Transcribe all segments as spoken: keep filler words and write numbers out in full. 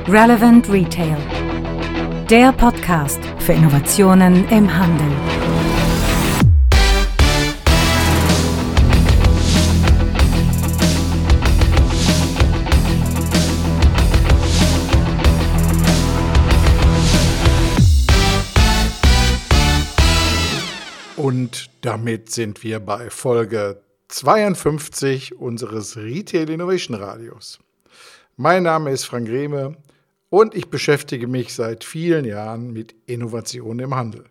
Relevant Retail, der Podcast für Innovationen im Handel. Und damit sind wir bei Folge zweiundfünfzig unseres Retail Innovation Radios. Mein Name ist Frank Rehme und ich beschäftige mich seit vielen Jahren mit Innovationen im Handel.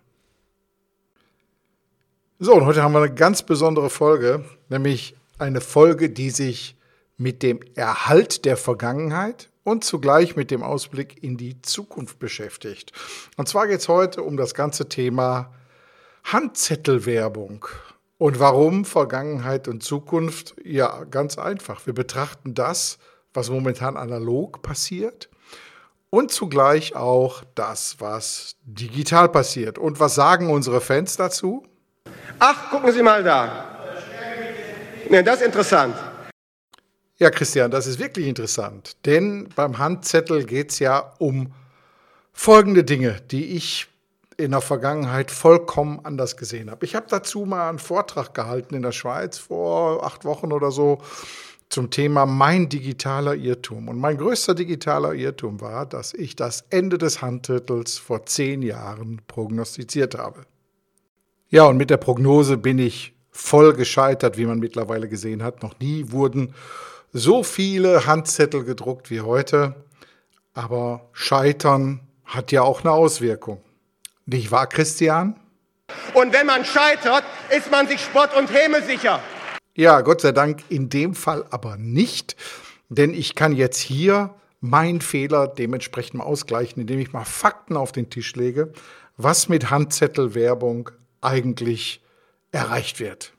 So, und heute haben wir eine ganz besondere Folge, nämlich eine Folge, die sich mit dem Erhalt der Vergangenheit und zugleich mit dem Ausblick in die Zukunft beschäftigt. Und zwar geht es heute um das ganze Thema Handzettelwerbung. Und warum Vergangenheit und Zukunft? Ja, ganz einfach. Wir betrachten das, was momentan analog passiert und zugleich auch das, was digital passiert. Und was sagen unsere Fans dazu? Ach, gucken Sie mal da. Ne, das ist interessant. Ja, Christian, das ist wirklich interessant. Denn beim Handzettel geht es ja um folgende Dinge, die ich in der Vergangenheit vollkommen anders gesehen habe. Ich habe dazu mal einen Vortrag gehalten in der Schweiz vor acht Wochen oder so zum Thema mein digitaler Irrtum. Und mein größter digitaler Irrtum war, dass ich das Ende des Handzettels vor zehn Jahren prognostiziert habe. Ja, und mit der Prognose bin ich voll gescheitert, wie man mittlerweile gesehen hat. Noch nie wurden so viele Handzettel gedruckt wie heute. Aber Scheitern hat ja auch eine Auswirkung. Nicht wahr, Christian? Und wenn man scheitert, ist man sich spott- und hämesicher. Ja, Gott sei Dank in dem Fall aber nicht, denn ich kann jetzt hier meinen Fehler dementsprechend mal ausgleichen, indem ich mal Fakten auf den Tisch lege, was mit Handzettelwerbung eigentlich erreicht wird.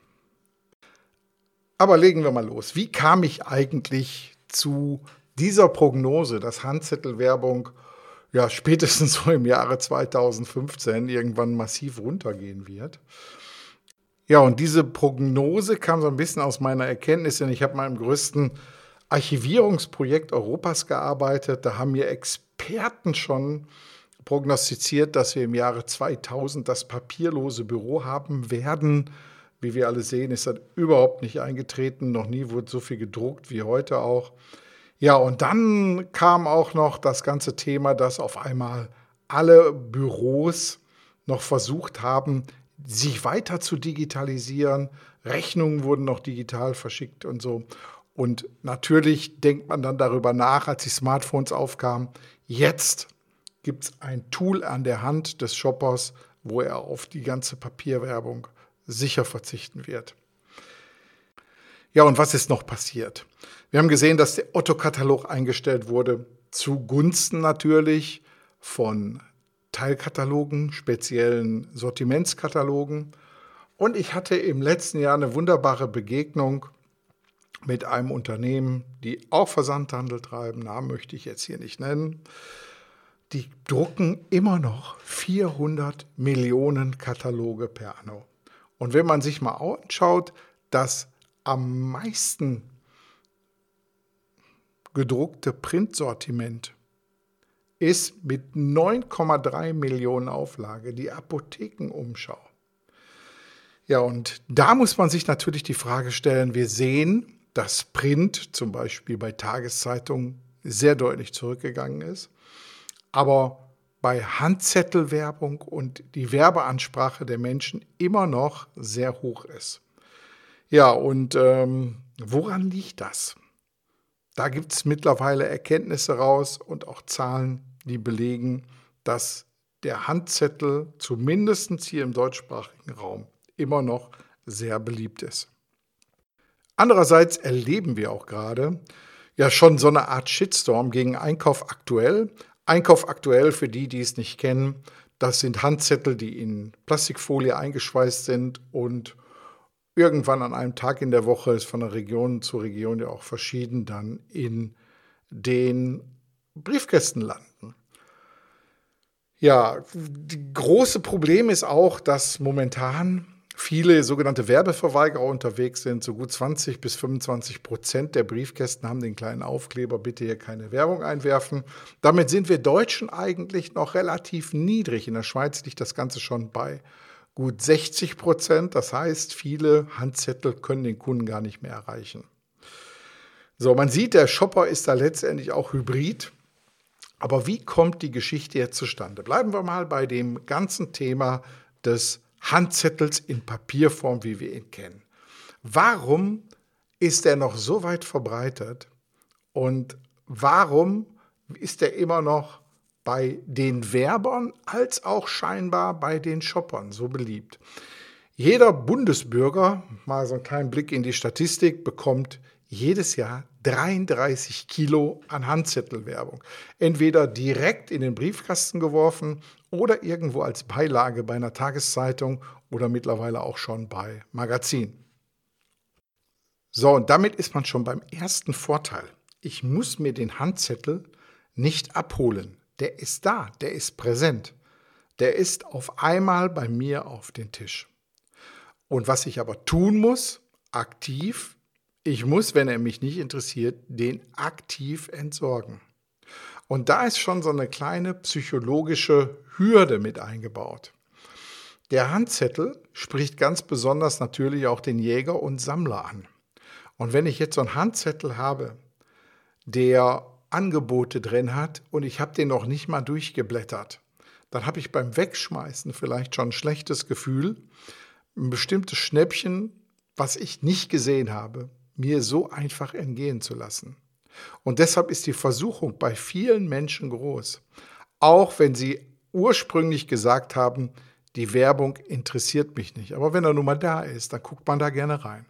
Aber legen wir mal los. Wie kam ich eigentlich zu dieser Prognose, dass Handzettelwerbung ja spätestens so im Jahre zweitausendfünfzehn irgendwann massiv runtergehen wird? Ja, und diese Prognose kam so ein bisschen aus meiner Erkenntnis, denn ich habe mal im größten Archivierungsprojekt Europas gearbeitet. Da haben mir Experten schon prognostiziert, dass wir im Jahre zweitausend das papierlose Büro haben werden. Wie wir alle sehen, ist das überhaupt nicht eingetreten. Noch nie wurde so viel gedruckt wie heute auch. Ja, und dann kam auch noch das ganze Thema, dass auf einmal alle Büros noch versucht haben, sich weiter zu digitalisieren. Rechnungen wurden noch digital verschickt und so. Und natürlich denkt man dann darüber nach, als die Smartphones aufkamen. Jetzt gibt es ein Tool an der Hand des Shoppers, wo er auf die ganze Papierwerbung sicher verzichten wird. Ja, und was ist noch passiert? Wir haben gesehen, dass der Otto-Katalog eingestellt wurde, zugunsten natürlich von Teilkatalogen, speziellen Sortimentskatalogen. Und ich hatte im letzten Jahr eine wunderbare Begegnung mit einem Unternehmen, die auch Versandhandel treiben. Namen möchte ich jetzt hier nicht nennen. Die drucken immer noch vierhundert Millionen Kataloge per anno. Und wenn man sich mal anschaut, dass am meisten gedruckte Printsortiment ist mit neun Komma drei Millionen Auflage die Apothekenumschau. Ja, und da muss man sich natürlich die Frage stellen, wir sehen, dass Print zum Beispiel bei Tageszeitungen sehr deutlich zurückgegangen ist, aber bei Handzettelwerbung und die Werbeansprache der Menschen immer noch sehr hoch ist. Ja, und ähm, woran liegt das? Da gibt es mittlerweile Erkenntnisse raus und auch Zahlen, die belegen, dass der Handzettel zumindest hier im deutschsprachigen Raum immer noch sehr beliebt ist. Andererseits erleben wir auch gerade ja schon so eine Art Shitstorm gegen Einkauf aktuell. Einkauf aktuell, für die, die es nicht kennen, das sind Handzettel, die in Plastikfolie eingeschweißt sind und irgendwann an einem Tag in der Woche ist von der Region zu Region ja auch verschieden dann in den Briefkästen landen. Ja, das große Problem ist auch, dass momentan viele sogenannte Werbeverweigerer unterwegs sind. So gut zwanzig bis fünfundzwanzig Prozent der Briefkästen haben den kleinen Aufkleber, bitte hier keine Werbung einwerfen. Damit sind wir Deutschen eigentlich noch relativ niedrig. In der Schweiz liegt das Ganze schon bei gut sechzig Prozent. Das heißt, viele Handzettel können den Kunden gar nicht mehr erreichen. So, man sieht, der Shopper ist da letztendlich auch hybrid. Aber wie kommt die Geschichte jetzt zustande? Bleiben wir mal bei dem ganzen Thema des Handzettels in Papierform, wie wir ihn kennen. Warum ist er noch so weit verbreitet und warum ist er immer noch bei den Werbern als auch scheinbar bei den Shoppern so beliebt? Jeder Bundesbürger, mal so einen kleinen Blick in die Statistik, bekommt jedes Jahr dreiunddreißig Kilo an Handzettelwerbung. Entweder direkt in den Briefkasten geworfen oder irgendwo als Beilage bei einer Tageszeitung oder mittlerweile auch schon bei Magazinen. So, und damit ist man schon beim ersten Vorteil. Ich muss mir den Handzettel nicht abholen. Der ist da, der ist präsent. Der ist auf einmal bei mir auf den Tisch. Und was ich aber tun muss, aktiv, ich muss, wenn er mich nicht interessiert, den aktiv entsorgen. Und da ist schon so eine kleine psychologische Hürde mit eingebaut. Der Handzettel spricht ganz besonders natürlich auch den Jäger und Sammler an. Und wenn ich jetzt so einen Handzettel habe, der Angebote drin hat und ich habe den noch nicht mal durchgeblättert, dann habe ich beim Wegschmeißen vielleicht schon ein schlechtes Gefühl, ein bestimmtes Schnäppchen, was ich nicht gesehen habe, mir so einfach entgehen zu lassen. Und deshalb ist die Versuchung bei vielen Menschen groß, auch wenn sie ursprünglich gesagt haben, die Werbung interessiert mich nicht. Aber wenn er nun mal da ist, dann guckt man da gerne rein.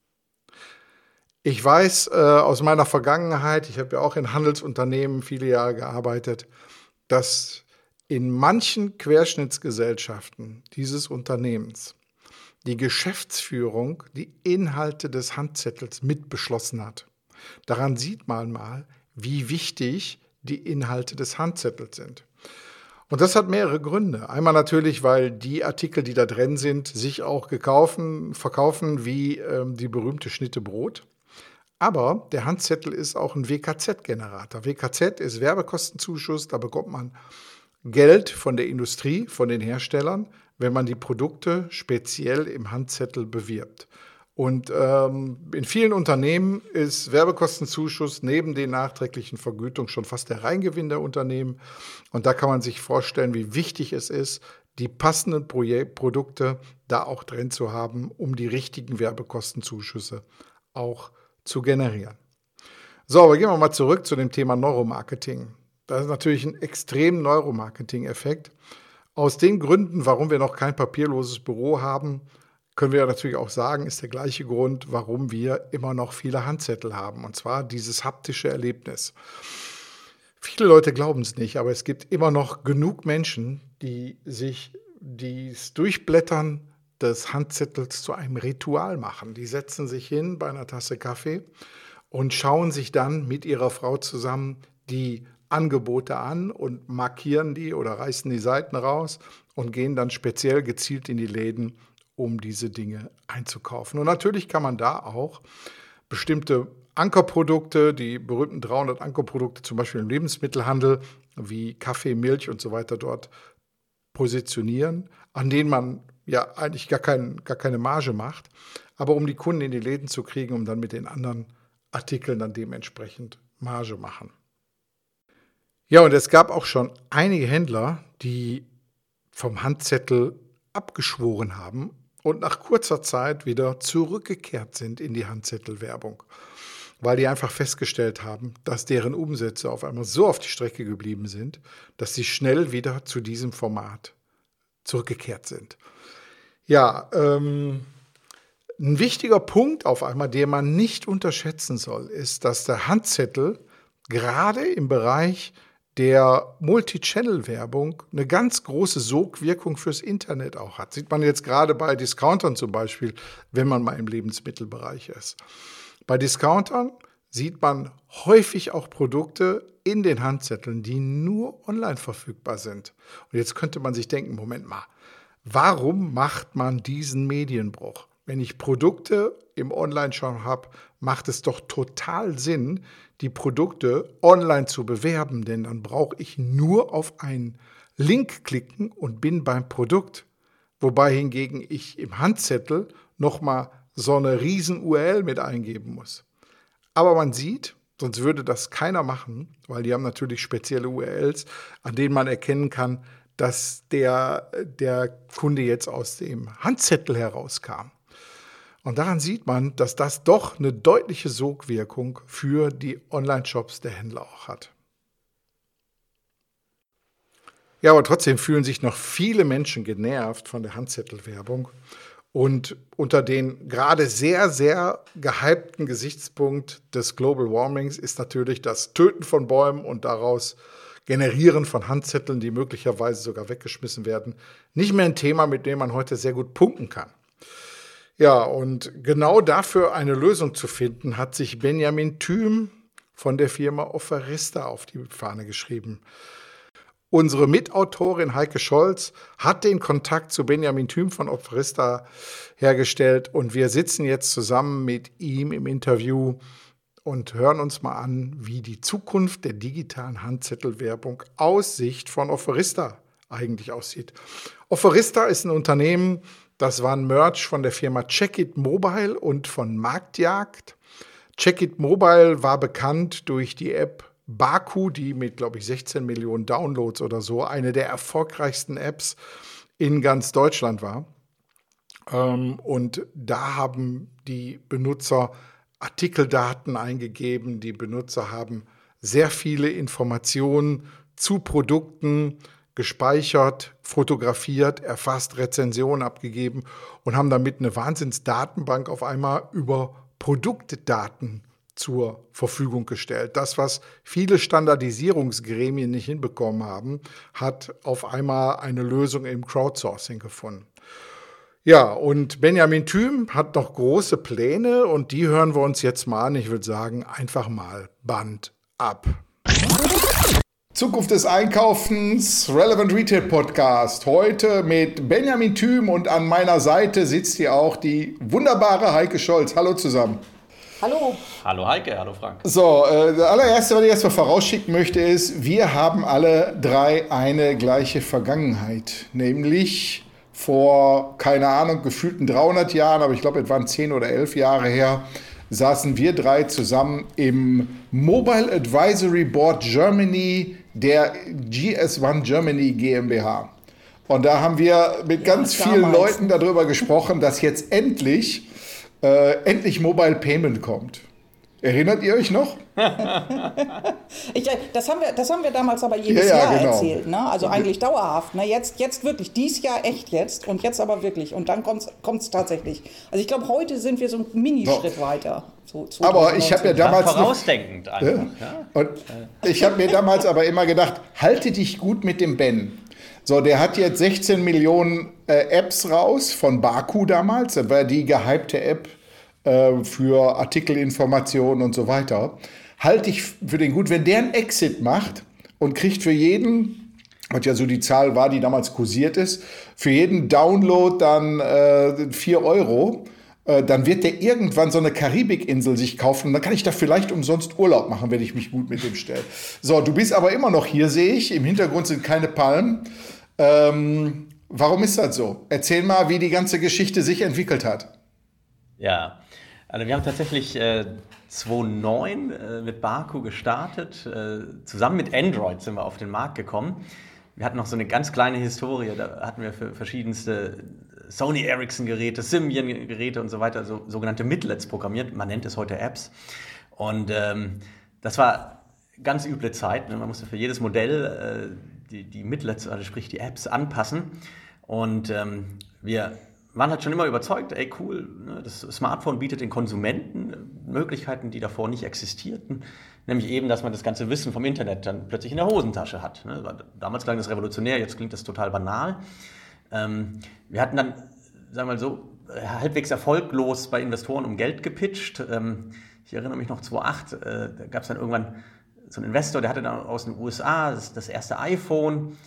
Ich weiß äh, aus meiner Vergangenheit, ich habe ja auch in Handelsunternehmen viele Jahre gearbeitet, dass in manchen Querschnittsgesellschaften dieses Unternehmens die Geschäftsführung die Inhalte des Handzettels mitbeschlossen hat. Daran sieht man mal, wie wichtig die Inhalte des Handzettels sind. Und das hat mehrere Gründe. Einmal natürlich, weil die Artikel, die da drin sind, sich auch gekaufen, verkaufen wie ähm, die berühmte Schnitte Brot. Aber der Handzettel ist auch ein W K Z-Generator. W K Z ist Werbekostenzuschuss, da bekommt man Geld von der Industrie, von den Herstellern, wenn man die Produkte speziell im Handzettel bewirbt. Und ähm, in vielen Unternehmen ist Werbekostenzuschuss neben den nachträglichen Vergütungen schon fast der Reingewinn der Unternehmen. Und da kann man sich vorstellen, wie wichtig es ist, die passenden Projek- Produkte da auch drin zu haben, um die richtigen Werbekostenzuschüsse auch zu generieren. So, aber gehen wir mal zurück zu dem Thema Neuromarketing. Das ist natürlich ein extrem Neuromarketing-Effekt. Aus den Gründen, warum wir noch kein papierloses Büro haben, können wir natürlich auch sagen, ist der gleiche Grund, warum wir immer noch viele Handzettel haben. Und zwar dieses haptische Erlebnis. Viele Leute glauben es nicht, aber es gibt immer noch genug Menschen, die sich das Durchblättern des Handzettels zu einem Ritual machen. Die setzen sich hin bei einer Tasse Kaffee und schauen sich dann mit ihrer Frau zusammen die Angebote an und markieren die oder reißen die Seiten raus und gehen dann speziell gezielt in die Läden, um diese Dinge einzukaufen. Und natürlich kann man da auch bestimmte Ankerprodukte, die berühmten dreihundert Ankerprodukte, zum Beispiel im Lebensmittelhandel, wie Kaffee, Milch und so weiter dort positionieren, an denen man ja eigentlich gar, kein, gar keine Marge macht, aber um die Kunden in die Läden zu kriegen, um dann mit den anderen Artikeln dann dementsprechend Marge machen. Ja, und es gab auch schon einige Händler, die vom Handzettel abgeschworen haben und nach kurzer Zeit wieder zurückgekehrt sind in die Handzettelwerbung, weil die einfach festgestellt haben, dass deren Umsätze auf einmal so auf die Strecke geblieben sind, dass sie schnell wieder zu diesem Format zurückgekehrt sind. Ja, ähm, ein wichtiger Punkt auf einmal, den man nicht unterschätzen soll, ist, dass der Handzettel gerade im Bereich der Multi-Channel-Werbung eine ganz große Sogwirkung fürs Internet auch hat. Sieht man jetzt gerade bei Discountern zum Beispiel, wenn man mal im Lebensmittelbereich ist. Bei Discountern sieht man häufig auch Produkte in den Handzetteln, die nur online verfügbar sind. Und jetzt könnte man sich denken, Moment mal, Warum macht man diesen Medienbruch? Wenn ich Produkte im Online-Shop habe, macht es doch total Sinn, die Produkte online zu bewerben, denn dann brauche ich nur auf einen Link klicken und bin beim Produkt. Wobei hingegen ich im Handzettel nochmal so eine riesen U R L mit eingeben muss. Aber man sieht, sonst würde das keiner machen, weil die haben natürlich spezielle U R Ls, an denen man erkennen kann, dass der, der Kunde jetzt aus dem Handzettel herauskam. Und daran sieht man, dass das doch eine deutliche Sogwirkung für die Online-Shops der Händler auch hat. Ja, aber trotzdem fühlen sich noch viele Menschen genervt von der Handzettelwerbung. Und unter den gerade sehr, sehr gehypten Gesichtspunkt des Global Warmings ist natürlich das Töten von Bäumen und daraus Generieren von Handzetteln, die möglicherweise sogar weggeschmissen werden, nicht mehr ein Thema, mit dem man heute sehr gut punkten kann. Ja, und genau dafür eine Lösung zu finden, hat sich Benjamin Thüm von der Firma Offerista auf die Fahne geschrieben. Unsere Mitautorin Heike Scholz hat den Kontakt zu Benjamin Thüm von Offerista hergestellt und wir sitzen jetzt zusammen mit ihm im Interview und hören uns mal an, wie die Zukunft der digitalen Handzettelwerbung aus Sicht von Offerista eigentlich aussieht. Offerista ist ein Unternehmen, das war ein Merge von der Firma Checkit Mobile und von Marktjagd. Checkit Mobile war bekannt durch die App Baku, die mit, glaube ich, sechzehn Millionen Downloads oder so eine der erfolgreichsten Apps in ganz Deutschland war. Und da haben die Benutzer Artikeldaten eingegeben. Die Benutzer haben sehr viele Informationen zu Produkten gespeichert, fotografiert, erfasst, Rezensionen abgegeben und haben damit eine Wahnsinnsdatenbank auf einmal über Produktdaten zur Verfügung gestellt. Das, was viele Standardisierungsgremien nicht hinbekommen haben, hat auf einmal eine Lösung im Crowdsourcing gefunden. Ja, und Benjamin Thüm hat noch große Pläne und die hören wir uns jetzt mal an. Ich würde sagen, einfach mal Band ab. Zukunft des Einkaufens, Relevant Retail Podcast. Heute mit Benjamin Thüm und an meiner Seite sitzt hier auch die wunderbare Heike Scholz. Hallo zusammen. Hallo. Hallo Heike, hallo Frank. So, äh, das allererste, was ich erstmal vorausschicken möchte, ist, wir haben alle drei eine gleiche Vergangenheit. Nämlich vor, keine Ahnung, gefühlten dreihundert Jahren, aber ich glaube, es waren zehn oder elf Jahre her, saßen wir drei zusammen im Mobile Advisory Board Germany der G S eins Germany GmbH. Und da haben wir mit ja, ganz vielen damals. Leuten darüber gesprochen, dass jetzt endlich, äh, endlich Mobile Payment kommt. Erinnert ihr euch noch? ich, das, haben wir, das haben wir damals aber jedes ja, ja, Jahr genau. erzählt. Ne? Also eigentlich dauerhaft. Ne? Jetzt, jetzt wirklich, dies Jahr echt jetzt und jetzt aber wirklich. Und dann kommt es tatsächlich. Also ich glaube, heute sind wir so einen Minischritt no. weiter. So, aber ich habe ja damals noch, vorausdenkend einfach. Ja? Und ich habe mir damals aber immer gedacht, halte dich gut mit dem Ben. So, der hat jetzt sechzehn Millionen äh, Apps raus von Baku damals. Das war die gehypte App äh, für Artikelinformationen und so weiter. Halte ich für den gut, wenn der einen Exit macht und kriegt für jeden, was ja so die Zahl war, die damals kursiert ist, für jeden Download dann äh, vier Euro, äh, dann wird der irgendwann so eine Karibikinsel sich kaufen und dann kann ich da vielleicht umsonst Urlaub machen, wenn ich mich gut mit dem stelle. So, du bist aber immer noch hier, sehe ich. Im Hintergrund sind keine Palmen. Ähm, warum ist das so? Erzähl mal, wie die ganze Geschichte sich entwickelt hat. Ja, also wir haben tatsächlich äh, zweitausendneun äh, mit Baku gestartet. Äh, zusammen mit Android sind wir auf den Markt gekommen. Wir hatten noch so eine ganz kleine Historie. Da hatten wir für verschiedenste Sony Ericsson-Geräte, Symbian-Geräte und so weiter, so, sogenannte Midlets programmiert. Man nennt es heute Apps. Und ähm, das war ganz üble Zeit. Ne? Man musste für jedes Modell äh, die, die Midlets, also sprich die Apps, anpassen. Und ähm, wir waren halt schon immer überzeugt, ey cool, ne, das Smartphone bietet den Konsumenten Möglichkeiten, die davor nicht existierten. Nämlich eben, dass man das ganze Wissen vom Internet dann plötzlich in der Hosentasche hat. Ne? Damals klang das revolutionär, jetzt klingt das total banal. Ähm, wir hatten dann, sagen wir mal so, halbwegs erfolglos bei Investoren um Geld gepitcht. Ähm, ich erinnere mich noch zweitausendacht, äh, da gab es dann irgendwann so einen Investor, der hatte dann aus den U S A das, das erste iPhone.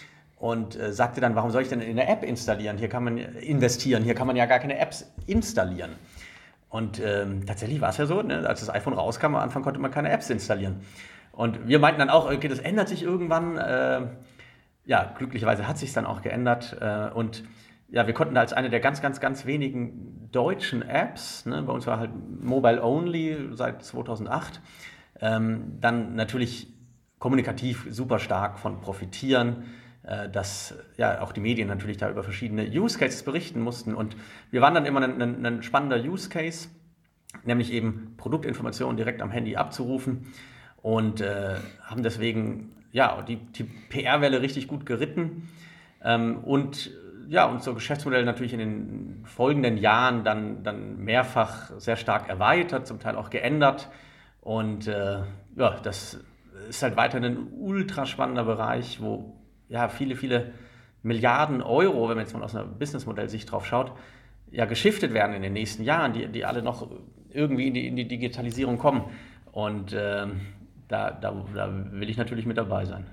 und äh, sagte dann, warum soll ich denn in eine App installieren? Hier kann man investieren, hier kann man ja gar keine Apps installieren. Und ähm, tatsächlich war es ja so, ne, als das iPhone rauskam, am Anfang konnte man keine Apps installieren. Und wir meinten dann auch, okay, das ändert sich irgendwann. Äh, ja, glücklicherweise hat sich es dann auch geändert. Äh, und ja, wir konnten da als eine der ganz, ganz, ganz wenigen deutschen Apps, ne, bei uns war halt Mobile Only seit zweitausendacht, ähm, dann natürlich kommunikativ super stark von profitieren, äh, dass ja auch die Medien natürlich da über verschiedene Use Cases berichten mussten. Und wir waren dann immer ein, ein, ein spannender Use Case, nämlich eben Produktinformationen direkt am Handy abzurufen und äh, haben deswegen ja die, die P R-Welle richtig gut geritten ähm, und ja, unser Geschäftsmodell natürlich in den folgenden Jahren dann, dann mehrfach sehr stark erweitert, zum Teil auch geändert. Und äh, ja, das ist halt weiterhin ein ultra spannender Bereich, wo ja viele, viele Milliarden Euro, wenn man jetzt mal aus einer Businessmodell-Sicht drauf schaut, ja geschiftet werden in den nächsten Jahren, die, die alle noch irgendwie in die, in die Digitalisierung kommen. Und äh, da, da, da will ich natürlich mit dabei sein.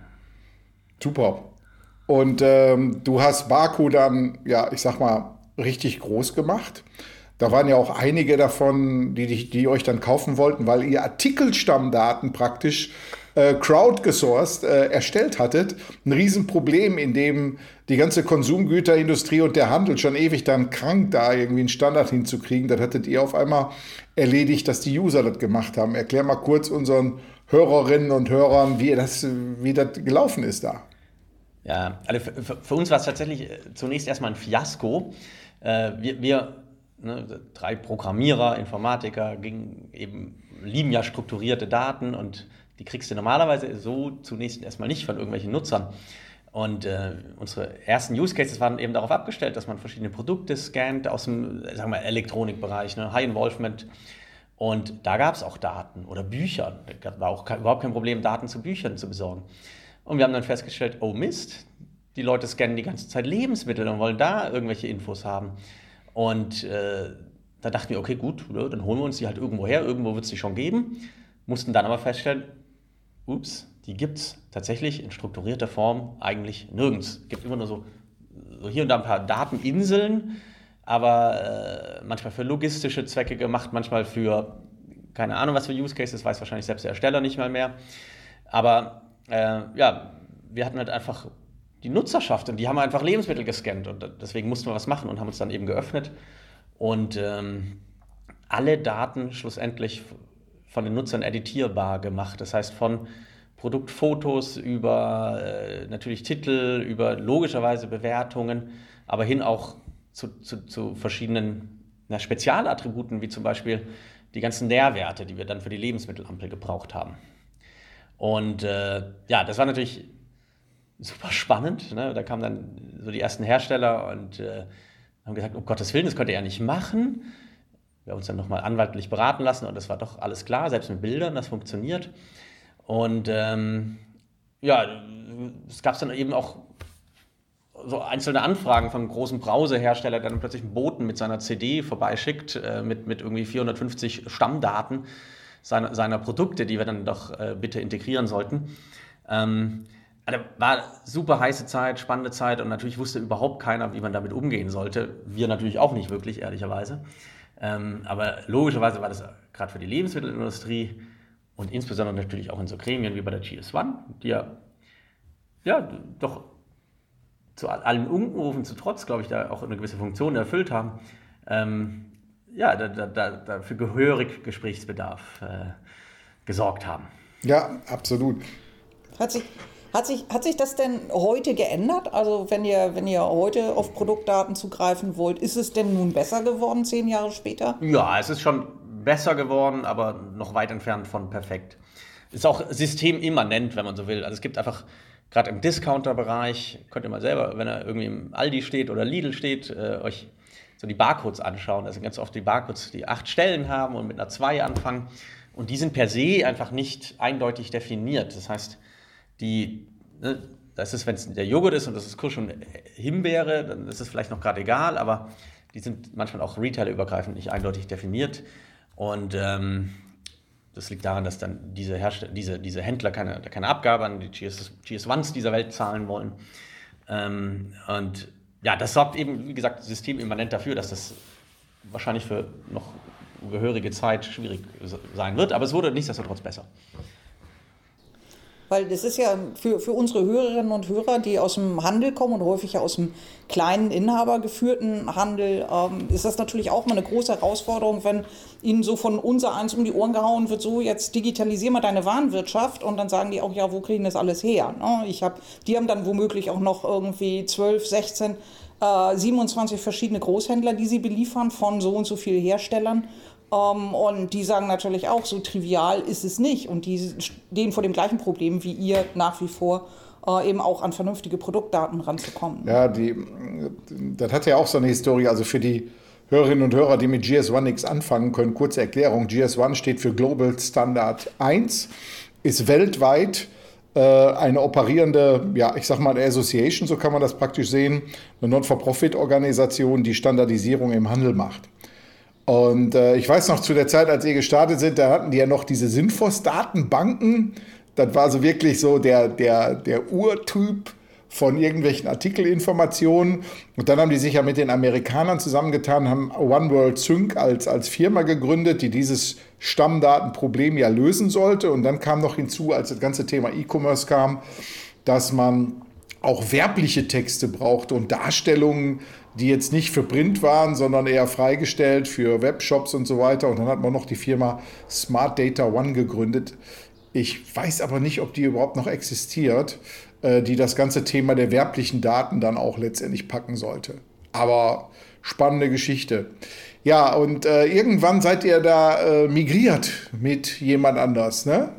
Super. Und ähm, du hast Baku dann, ja, ich sag mal, richtig groß gemacht. Da waren ja auch einige davon, die, die, die euch dann kaufen wollten, weil ihr Artikelstammdaten praktisch äh, crowdgesourced äh, erstellt hattet. Ein Riesenproblem, in dem die ganze Konsumgüterindustrie und der Handel schon ewig dann krank, da irgendwie einen Standard hinzukriegen. Das hattet ihr auf einmal erledigt, dass die User das gemacht haben. Erklär mal kurz unseren Hörerinnen und Hörern, wie das, wie das gelaufen ist da. Ja, also für, für uns war es tatsächlich zunächst erstmal ein Fiasko. Äh, wir, wir ne, drei Programmierer, Informatiker, gingen eben, lieben ja strukturierte Daten und die kriegst du normalerweise so zunächst erstmal nicht von irgendwelchen Nutzern. Und äh, unsere ersten Use Cases waren eben darauf abgestellt, dass man verschiedene Produkte scannt aus dem, sagen wir, Elektronikbereich, ne, High Involvement. Und da gab es auch Daten oder Bücher. Da war auch kein, überhaupt kein Problem, Daten zu Büchern zu besorgen. Und wir haben dann festgestellt, oh Mist, die Leute scannen die ganze Zeit Lebensmittel und wollen da irgendwelche Infos haben. Und äh, da dachten wir, okay, gut, dann holen wir uns die halt irgendwo her, irgendwo wird es die schon geben. Mussten dann aber feststellen, ups, die gibt es tatsächlich in strukturierter Form eigentlich nirgends. Es gibt immer nur so, so hier und da ein paar Dateninseln, aber äh, manchmal für logistische Zwecke gemacht, manchmal für, keine Ahnung was für Use Cases, weiß wahrscheinlich selbst der Ersteller nicht mal mehr. Aber Äh, ja, wir hatten halt einfach die Nutzerschaft und die haben einfach Lebensmittel gescannt und deswegen mussten wir was machen und haben uns dann eben geöffnet und ähm, alle Daten schlussendlich von den Nutzern editierbar gemacht. Das heißt von Produktfotos über äh, natürlich Titel, über logischerweise Bewertungen, aber hin auch zu, zu, zu verschiedenen na, Spezialattributen, wie zum Beispiel die ganzen Nährwerte, die wir dann für die Lebensmittelampel gebraucht haben. Und äh, ja, das war natürlich super spannend. Ne? Da kamen dann so die ersten Hersteller und äh, haben gesagt, um Gottes Willen, das könnt ihr ja nicht machen. Wir haben uns dann nochmal anwaltlich beraten lassen und das war doch alles klar, selbst mit Bildern, das funktioniert. Und ähm, ja, es gab dann eben auch so einzelne Anfragen von großen Browserhersteller, der dann plötzlich einen Boten mit seiner C D vorbeischickt, äh, mit, mit irgendwie vierhundertfünfzig Stammdaten seiner, seiner Produkte, die wir dann doch äh, bitte integrieren sollten. Ähm, also war super heiße Zeit, spannende Zeit und natürlich wusste überhaupt keiner, wie man damit umgehen sollte. Wir natürlich auch nicht wirklich, ehrlicherweise. Ähm, aber logischerweise war das gerade für die Lebensmittelindustrie und insbesondere natürlich auch in so Gremien wie bei der G S eins, die ja, ja doch zu allen Unrufen zu Trotz, glaube ich, da auch eine gewisse Funktion erfüllt haben, ähm, ja, da, da, da, da für gehörig Gesprächsbedarf äh, gesorgt haben. Ja, absolut. Hat sich, hat sich, hat sich das denn heute geändert? Also wenn ihr, wenn ihr heute auf Produktdaten zugreifen wollt, ist es denn nun besser geworden, zehn Jahre später? Ja, es ist schon besser geworden, aber noch weit entfernt von perfekt. Ist auch systemimmanent, wenn man so will. Also es gibt einfach, gerade im Discounter-Bereich, könnt ihr mal selber, wenn er irgendwie im Aldi steht oder Lidl steht, äh, euch so die Barcodes anschauen. Das sind ganz oft die Barcodes, die acht Stellen haben und mit einer zwei anfangen. Und die sind per se einfach nicht eindeutig definiert. Das heißt, die, ne, das ist, wenn es der Joghurt ist und das ist Kirsch und Himbeere, dann ist es vielleicht noch gerade egal, aber die sind manchmal auch retailerübergreifend nicht eindeutig definiert. Und ähm, das liegt daran, dass dann diese, Herst- diese, diese Händler keine, keine Abgabe an die G S eins dieser Welt zahlen wollen. Ähm, und ja, das sorgt eben, wie gesagt, systemimmanent dafür, dass das wahrscheinlich für noch gehörige Zeit schwierig sein wird, aber es wurde nichtsdestotrotz besser. Weil das ist ja für, für unsere Hörerinnen und Hörer, die aus dem Handel kommen und häufig ja aus dem kleinen, inhabergeführten Handel, ähm, ist das natürlich auch mal eine große Herausforderung, wenn ihnen so von unser eins um die Ohren gehauen wird, so jetzt digitalisier mal deine Warenwirtschaft und dann sagen die auch, ja, wo kriegen das alles her? Ne? Ich hab, die haben dann womöglich auch noch irgendwie zwölf, sechzehn, äh, siebenundzwanzig verschiedene Großhändler, die sie beliefern von so und so vielen Herstellern. Um, und die sagen natürlich auch, so trivial ist es nicht. Und die stehen vor dem gleichen Problem wie ihr nach wie vor, äh, eben auch an vernünftige Produktdaten ranzukommen. Ja, die, das hat ja auch so eine Historie. Also für die Hörerinnen und Hörer, die mit G S eins nichts anfangen können, kurze Erklärung. G S eins steht für Global Standard eins, ist weltweit äh, eine operierende, ja, ich sag mal Association, so kann man das praktisch sehen, eine Non-for-Profit-Organisation, die Standardisierung im Handel macht. Und äh, ich weiß noch, zu der Zeit, als ihr gestartet sind, da hatten die ja noch diese Synfos-Datenbanken. Das war so wirklich so der, der, der Urtyp von irgendwelchen Artikelinformationen. Und dann haben die sich ja mit den Amerikanern zusammengetan, haben One World Sync als, als Firma gegründet, die dieses Stammdatenproblem ja lösen sollte. Und dann kam noch hinzu, als das ganze Thema E-Commerce kam, dass man auch werbliche Texte brauchte und Darstellungen, die jetzt nicht für Print waren, sondern eher freigestellt für Webshops und so weiter. Und dann hat man noch die Firma Smart Data One gegründet. Ich weiß aber nicht, ob die überhaupt noch existiert, die das ganze Thema der werblichen Daten dann auch letztendlich packen sollte. Aber spannende Geschichte. Ja, und äh, irgendwann seid ihr da äh, migriert mit jemand anders, ne?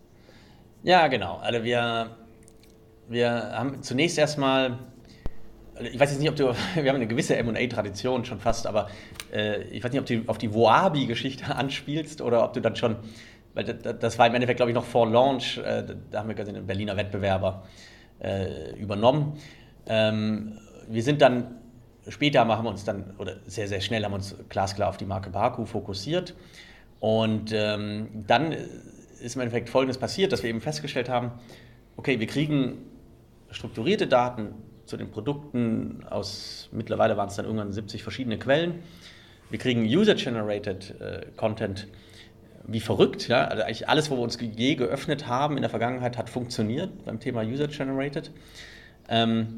Ja, genau. Also wir, wir haben zunächst erstmal, ich weiß jetzt nicht, ob du, wir haben eine gewisse M und A-Tradition schon fast, aber äh, ich weiß nicht, ob du auf die Voabi-Geschichte anspielst oder ob du dann schon, weil das, das war im Endeffekt, glaube ich, noch vor Launch, äh, da haben wir quasi einen Berliner Wettbewerber äh, übernommen. Ähm, wir sind dann, später haben wir uns dann, oder sehr, sehr schnell haben wir uns glasklar auf die Marke Barco fokussiert und ähm, dann ist im Endeffekt Folgendes passiert, dass wir eben festgestellt haben, okay, wir kriegen strukturierte Daten zu den Produkten aus, mittlerweile waren es dann irgendwann siebzig verschiedene Quellen. Wir kriegen User-Generated äh, Content wie verrückt. Ja? Also eigentlich alles, wo wir uns je geöffnet haben in der Vergangenheit, hat funktioniert beim Thema User-Generated. Ähm,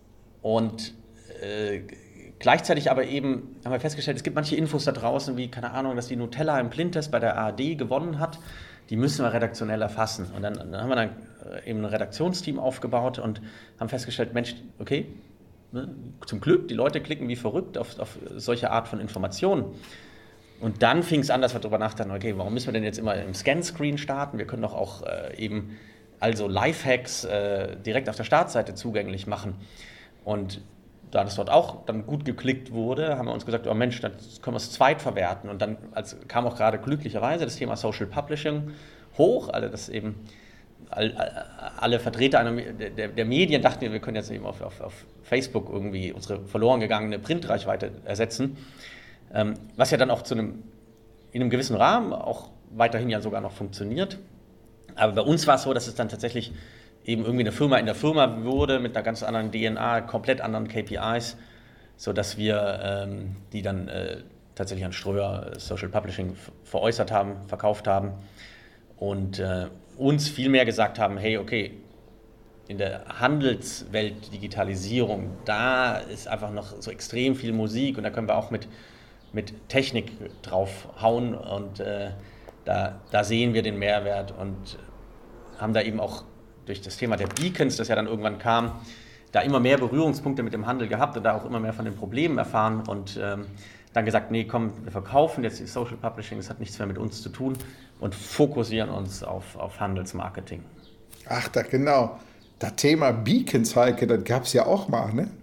und äh, gleichzeitig aber eben haben wir festgestellt, es gibt manche Infos da draußen, wie, keine Ahnung, dass die Nutella im Blindtest bei der A R D gewonnen hat. Die müssen wir redaktionell erfassen. Und dann, dann haben wir dann eben ein Redaktionsteam aufgebaut und haben festgestellt, Mensch, okay, ne, zum Glück, die Leute klicken wie verrückt auf, auf solche Art von Informationen. Und dann fing es an, dass wir darüber nachdachten, okay, warum müssen wir denn jetzt immer im Scan-Screen starten? Wir können doch auch äh, eben also Lifehacks äh, direkt auf der Startseite zugänglich machen. Und da das dort auch dann gut geklickt wurde, haben wir uns gesagt, oh Mensch, dann können wir es zweit verwerten. Und dann als, kam auch gerade glücklicherweise das Thema Social Publishing hoch, also dass eben all, alle Vertreter einer, der, der Medien dachten, wir können jetzt eben auf, auf, auf Facebook irgendwie unsere verloren gegangene Printreichweite ersetzen, ähm, was ja dann auch zu einem, in einem gewissen Rahmen auch weiterhin ja sogar noch funktioniert. Aber bei uns war es so, dass es dann tatsächlich eben irgendwie eine Firma in der Firma wurde mit einer ganz anderen D N A, komplett anderen K P Is, sodass wir ähm, die dann äh, tatsächlich an Ströer Social Publishing veräußert haben, verkauft haben und äh, uns viel mehr gesagt haben, hey, okay, in der Handelswelt Digitalisierung, da ist einfach noch so extrem viel Musik und da können wir auch mit, mit Technik drauf hauen und äh, da, da sehen wir den Mehrwert und haben da eben auch durch das Thema der Beacons, das ja dann irgendwann kam, da immer mehr Berührungspunkte mit dem Handel gehabt und da auch immer mehr von den Problemen erfahren und ähm, dann gesagt, nee, komm, wir verkaufen jetzt die Social Publishing, das hat nichts mehr mit uns zu tun und fokussieren uns auf, auf Handelsmarketing. Ach, da genau. Das Thema Beacons, Heike, das gab es ja auch mal, ne?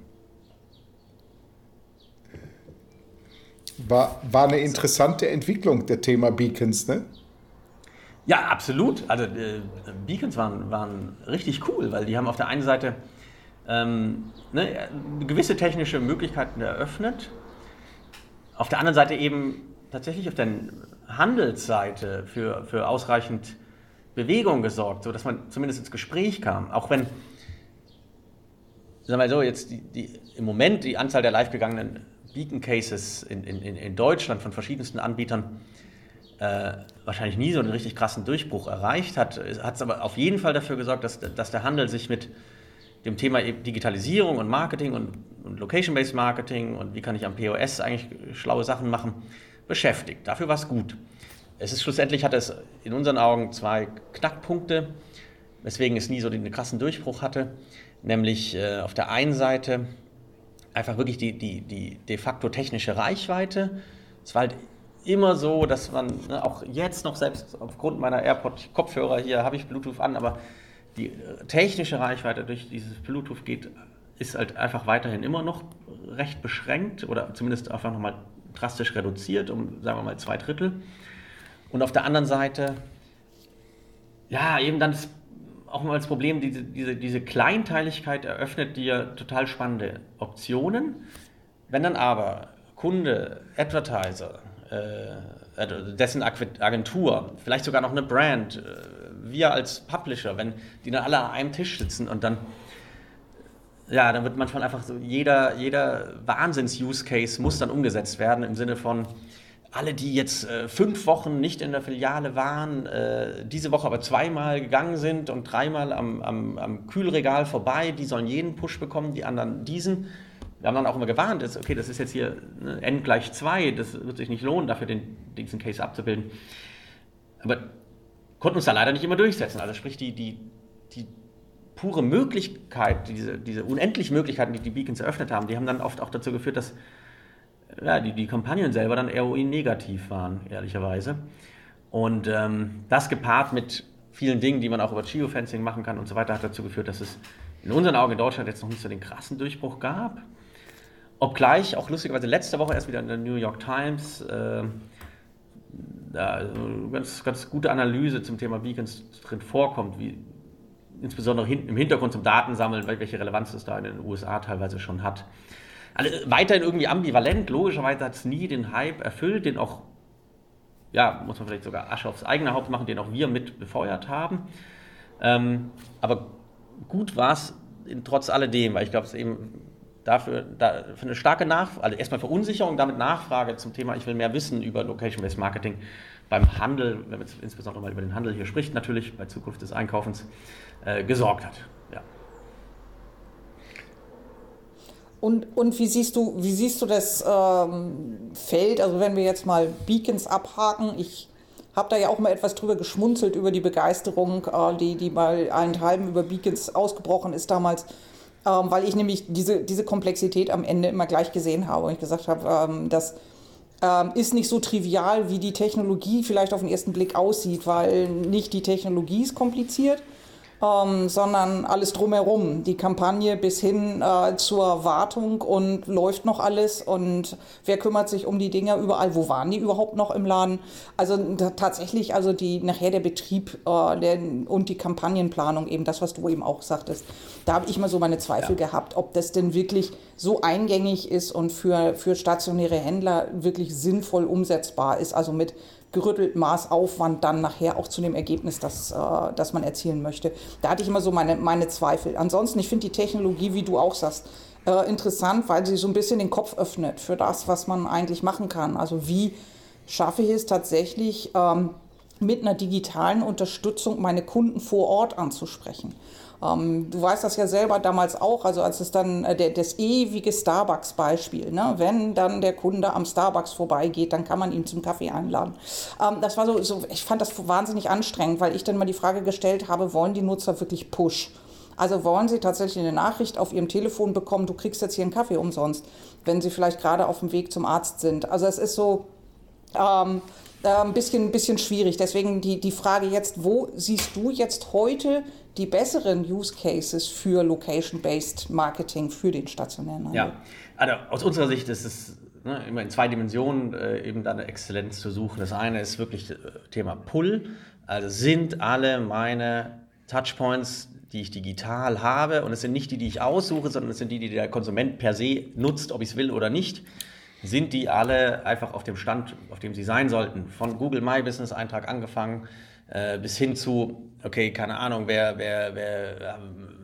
War, war eine interessante Entwicklung, der Thema Beacons, ne? Ja, absolut. Also äh, Beacons waren, waren richtig cool, weil die haben auf der einen Seite ähm, ne, gewisse technische Möglichkeiten eröffnet, auf der anderen Seite eben tatsächlich auf der Handelsseite für, für ausreichend Bewegung gesorgt, sodass man zumindest ins Gespräch kam. Auch wenn sagen wir mal so, jetzt die, die, im Moment die Anzahl der live gegangenen Beacon Cases in, in, in Deutschland von verschiedensten Anbietern äh, wahrscheinlich nie so einen richtig krassen Durchbruch erreicht hat, hat es aber auf jeden Fall dafür gesorgt, dass, dass der Handel sich mit dem Thema Digitalisierung und Marketing und, und Location-Based Marketing und wie kann ich am P O S eigentlich schlaue Sachen machen, beschäftigt. Dafür war es gut. Es ist schlussendlich hat es in unseren Augen zwei Knackpunkte, weswegen es nie so den krassen Durchbruch hatte, nämlich äh, auf der einen Seite einfach wirklich die, die, die de facto technische Reichweite. Es war halt immer so, dass man, ne, auch jetzt noch, selbst aufgrund meiner AirPod-Kopfhörer hier, habe ich Bluetooth an, aber die technische Reichweite durch dieses Bluetooth geht, ist halt einfach weiterhin immer noch recht beschränkt oder zumindest einfach nochmal drastisch reduziert, um, sagen wir mal, zwei Drittel. Und auf der anderen Seite, ja, eben dann das, auch mal das Problem, diese, diese, diese Kleinteiligkeit eröffnet dir total spannende Optionen. Wenn dann aber Kunde, Advertiser, äh, dessen Agentur, vielleicht sogar noch eine Brand, äh, wir als Publisher, wenn die dann alle an einem Tisch sitzen und dann, ja, dann wird manchmal einfach so, jeder, jeder Wahnsinns-Use-Case muss dann umgesetzt werden im Sinne von, alle, die jetzt äh, fünf Wochen nicht in der Filiale waren, äh, diese Woche aber zweimal gegangen sind und dreimal am, am, am Kühlregal vorbei, die sollen jeden Push bekommen, die anderen diesen. Wir haben dann auch immer gewarnt, dass, okay, das ist jetzt hier ne, n gleich zwei, das wird sich nicht lohnen, dafür den, diesen Case abzubilden. Aber konnten uns da leider nicht immer durchsetzen. Also sprich, die, die, die pure Möglichkeit, diese, diese unendlichen Möglichkeiten, die die Beacons eröffnet haben, die haben dann oft auch dazu geführt, dass ja, die, die Kampagnen selber dann R O I-negativ waren, ehrlicherweise. Und ähm, das gepaart mit vielen Dingen, die man auch über Geofencing machen kann und so weiter, hat dazu geführt, dass es in unseren Augen in Deutschland jetzt noch nicht so den krassen Durchbruch gab. Obgleich auch lustigerweise letzte Woche erst wieder in der New York Times äh, da eine ganz, ganz gute Analyse zum Thema Beacons drin vorkommt, wie insbesondere hin, im Hintergrund zum Datensammeln, welche Relevanz es da in den U S A teilweise schon hat. Also weiterhin irgendwie ambivalent, logischerweise hat es nie den Hype erfüllt, den auch, ja, muss man vielleicht sogar Asche aufs eigene Haupt machen, den auch wir mit befeuert haben. Ähm, aber gut war es trotz alledem, weil ich glaube, es eben dafür, da, für eine starke Nachfrage, also erstmal Verunsicherung, damit Nachfrage zum Thema, ich will mehr wissen über Location-Based Marketing beim Handel, wenn man jetzt insbesondere mal über den Handel hier spricht, natürlich bei Zukunft des Einkaufens, äh, gesorgt hat. Ja. Und, und wie siehst du, wie siehst du das ähm, Feld, also wenn wir jetzt mal Beacons abhaken, ich habe da ja auch mal etwas drüber geschmunzelt, über die Begeisterung, äh, die, die bei allenthalben über Beacons ausgebrochen ist damals, ähm, weil ich nämlich diese, diese Komplexität am Ende immer gleich gesehen habe und ich gesagt habe, ähm, das ähm, ist nicht so trivial, wie die Technologie vielleicht auf den ersten Blick aussieht, weil nicht die Technologie ist kompliziert, Ähm, sondern alles drumherum, die Kampagne bis hin äh, zur Wartung und läuft noch alles und wer kümmert sich um die Dinger überall, wo waren die überhaupt noch im Laden? Also da, tatsächlich, also die nachher der Betrieb äh, der, und die Kampagnenplanung, eben das, was du eben auch sagtest, da habe ich immer so meine Zweifel ja. gehabt, ob das denn wirklich so eingängig ist und für, für stationäre Händler wirklich sinnvoll umsetzbar ist, also mit gerüttelt Maß Aufwand dann nachher auch zu dem Ergebnis, das, äh, das man erzielen möchte. Da hatte ich immer so meine, meine Zweifel. Ansonsten, ich finde die Technologie, wie du auch sagst, äh, interessant, weil sie so ein bisschen den Kopf öffnet für das, was man eigentlich machen kann. Also wie schaffe ich es tatsächlich, ähm, mit einer digitalen Unterstützung meine Kunden vor Ort anzusprechen. Ähm, du weißt das ja selber damals auch, also als es dann äh, der, das ewige Starbucks-Beispiel, ne? Wenn dann der Kunde am Starbucks vorbeigeht, dann kann man ihn zum Kaffee einladen. Ähm, das war so, so, ich fand das wahnsinnig anstrengend, weil ich dann mal die Frage gestellt habe, wollen die Nutzer wirklich Push? Also wollen sie tatsächlich eine Nachricht auf ihrem Telefon bekommen, du kriegst jetzt hier einen Kaffee umsonst, wenn sie vielleicht gerade auf dem Weg zum Arzt sind. Also es ist so ähm, äh, ein bisschen, bisschen schwierig. Deswegen die, die Frage jetzt, wo siehst du jetzt heute die besseren Use Cases für Location-Based Marketing für den stationären Handel? Ja, also aus unserer Sicht ist es ne, immer in zwei Dimensionen äh, eben da eine Exzellenz zu suchen. Das eine ist wirklich äh, Thema Pull. Also sind alle meine Touchpoints, die ich digital habe, und es sind nicht die, die ich aussuche, sondern es sind die, die der Konsument per se nutzt, ob ich es will oder nicht, sind die alle einfach auf dem Stand, auf dem sie sein sollten. Von Google My Business Eintrag angefangen, äh, bis hin zu, okay, keine Ahnung, wer, wer, wer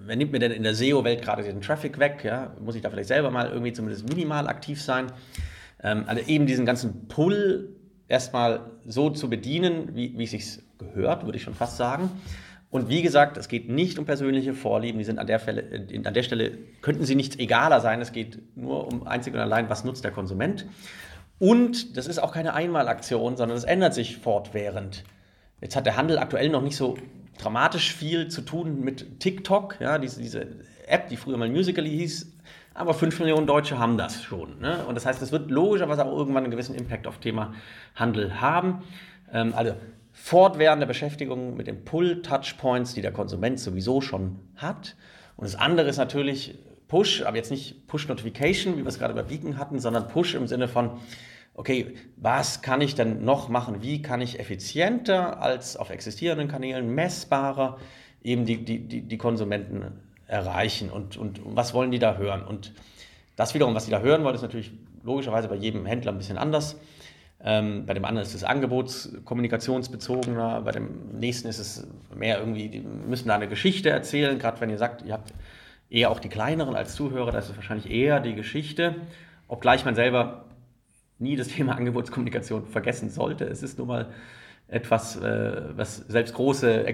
wer nimmt mir denn in der S E O-Welt gerade den Traffic weg? Ja? Muss ich da vielleicht selber mal irgendwie zumindest minimal aktiv sein? Ähm, also eben diesen ganzen Pull erstmal so zu bedienen, wie, wie es sich gehört, würde ich schon fast sagen. Und wie gesagt, es geht nicht um persönliche Vorlieben, die sind an der, Fälle, an der Stelle, könnten sie nicht egaler sein, es geht nur um einzig und allein, was nutzt der Konsument. Und das ist auch keine Einmalaktion, sondern es ändert sich fortwährend. Jetzt hat der Handel aktuell noch nicht so dramatisch viel zu tun mit TikTok, ja, diese, diese App, die früher mal Musical.ly hieß, aber fünf Millionen Deutsche haben das schon. Ne? Und das heißt, es wird logischerweise auch irgendwann einen gewissen Impact auf Thema Handel haben. Ähm, also fortwährende Beschäftigung mit den Pull-Touchpoints, die der Konsument sowieso schon hat. Und das andere ist natürlich Push, aber jetzt nicht Push-Notification, wie wir es gerade bei Beacon hatten, sondern Push im Sinne von, okay, was kann ich denn noch machen? Wie kann ich effizienter als auf existierenden Kanälen, messbarer, eben die, die, die, die Konsumenten erreichen? Und, und was wollen die da hören? Und das wiederum, was die da hören wollen, ist natürlich logischerweise bei jedem Händler ein bisschen anders. Ähm, bei dem anderen ist es angebotskommunikationsbezogener, bei dem nächsten ist es mehr irgendwie, die müssen da eine Geschichte erzählen, gerade wenn ihr sagt, ihr habt eher auch die kleineren als Zuhörer, da ist es wahrscheinlich eher die Geschichte, obgleich man selber nie das Thema Angebotskommunikation vergessen sollte. Es ist nun mal etwas, äh, was selbst große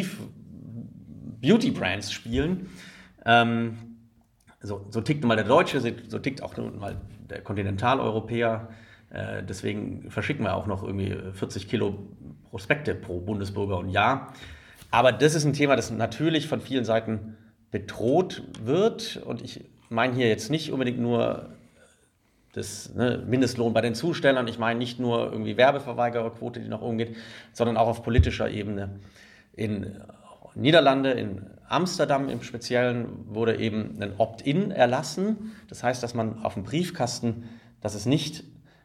Exklusiv-Beauty-Brands spielen. Ähm, so, so tickt nun mal der Deutsche, so tickt auch nun mal der Kontinentaleuropäer. Äh, deswegen verschicken wir auch noch irgendwie vierzig Kilo Prospekte pro Bundesbürger und Jahr. Aber das ist ein Thema, das natürlich von vielen Seiten bedroht wird. Und ich meine hier jetzt nicht unbedingt nur das ne, Mindestlohn bei den Zustellern. Ich meine nicht nur irgendwie Werbeverweigererquote, die nach oben geht, sondern auch auf politischer Ebene. In Niederlande, in Amsterdam im Speziellen, wurde eben ein Opt-in erlassen. Das heißt, dass man auf dem Briefkasten, dass es nicht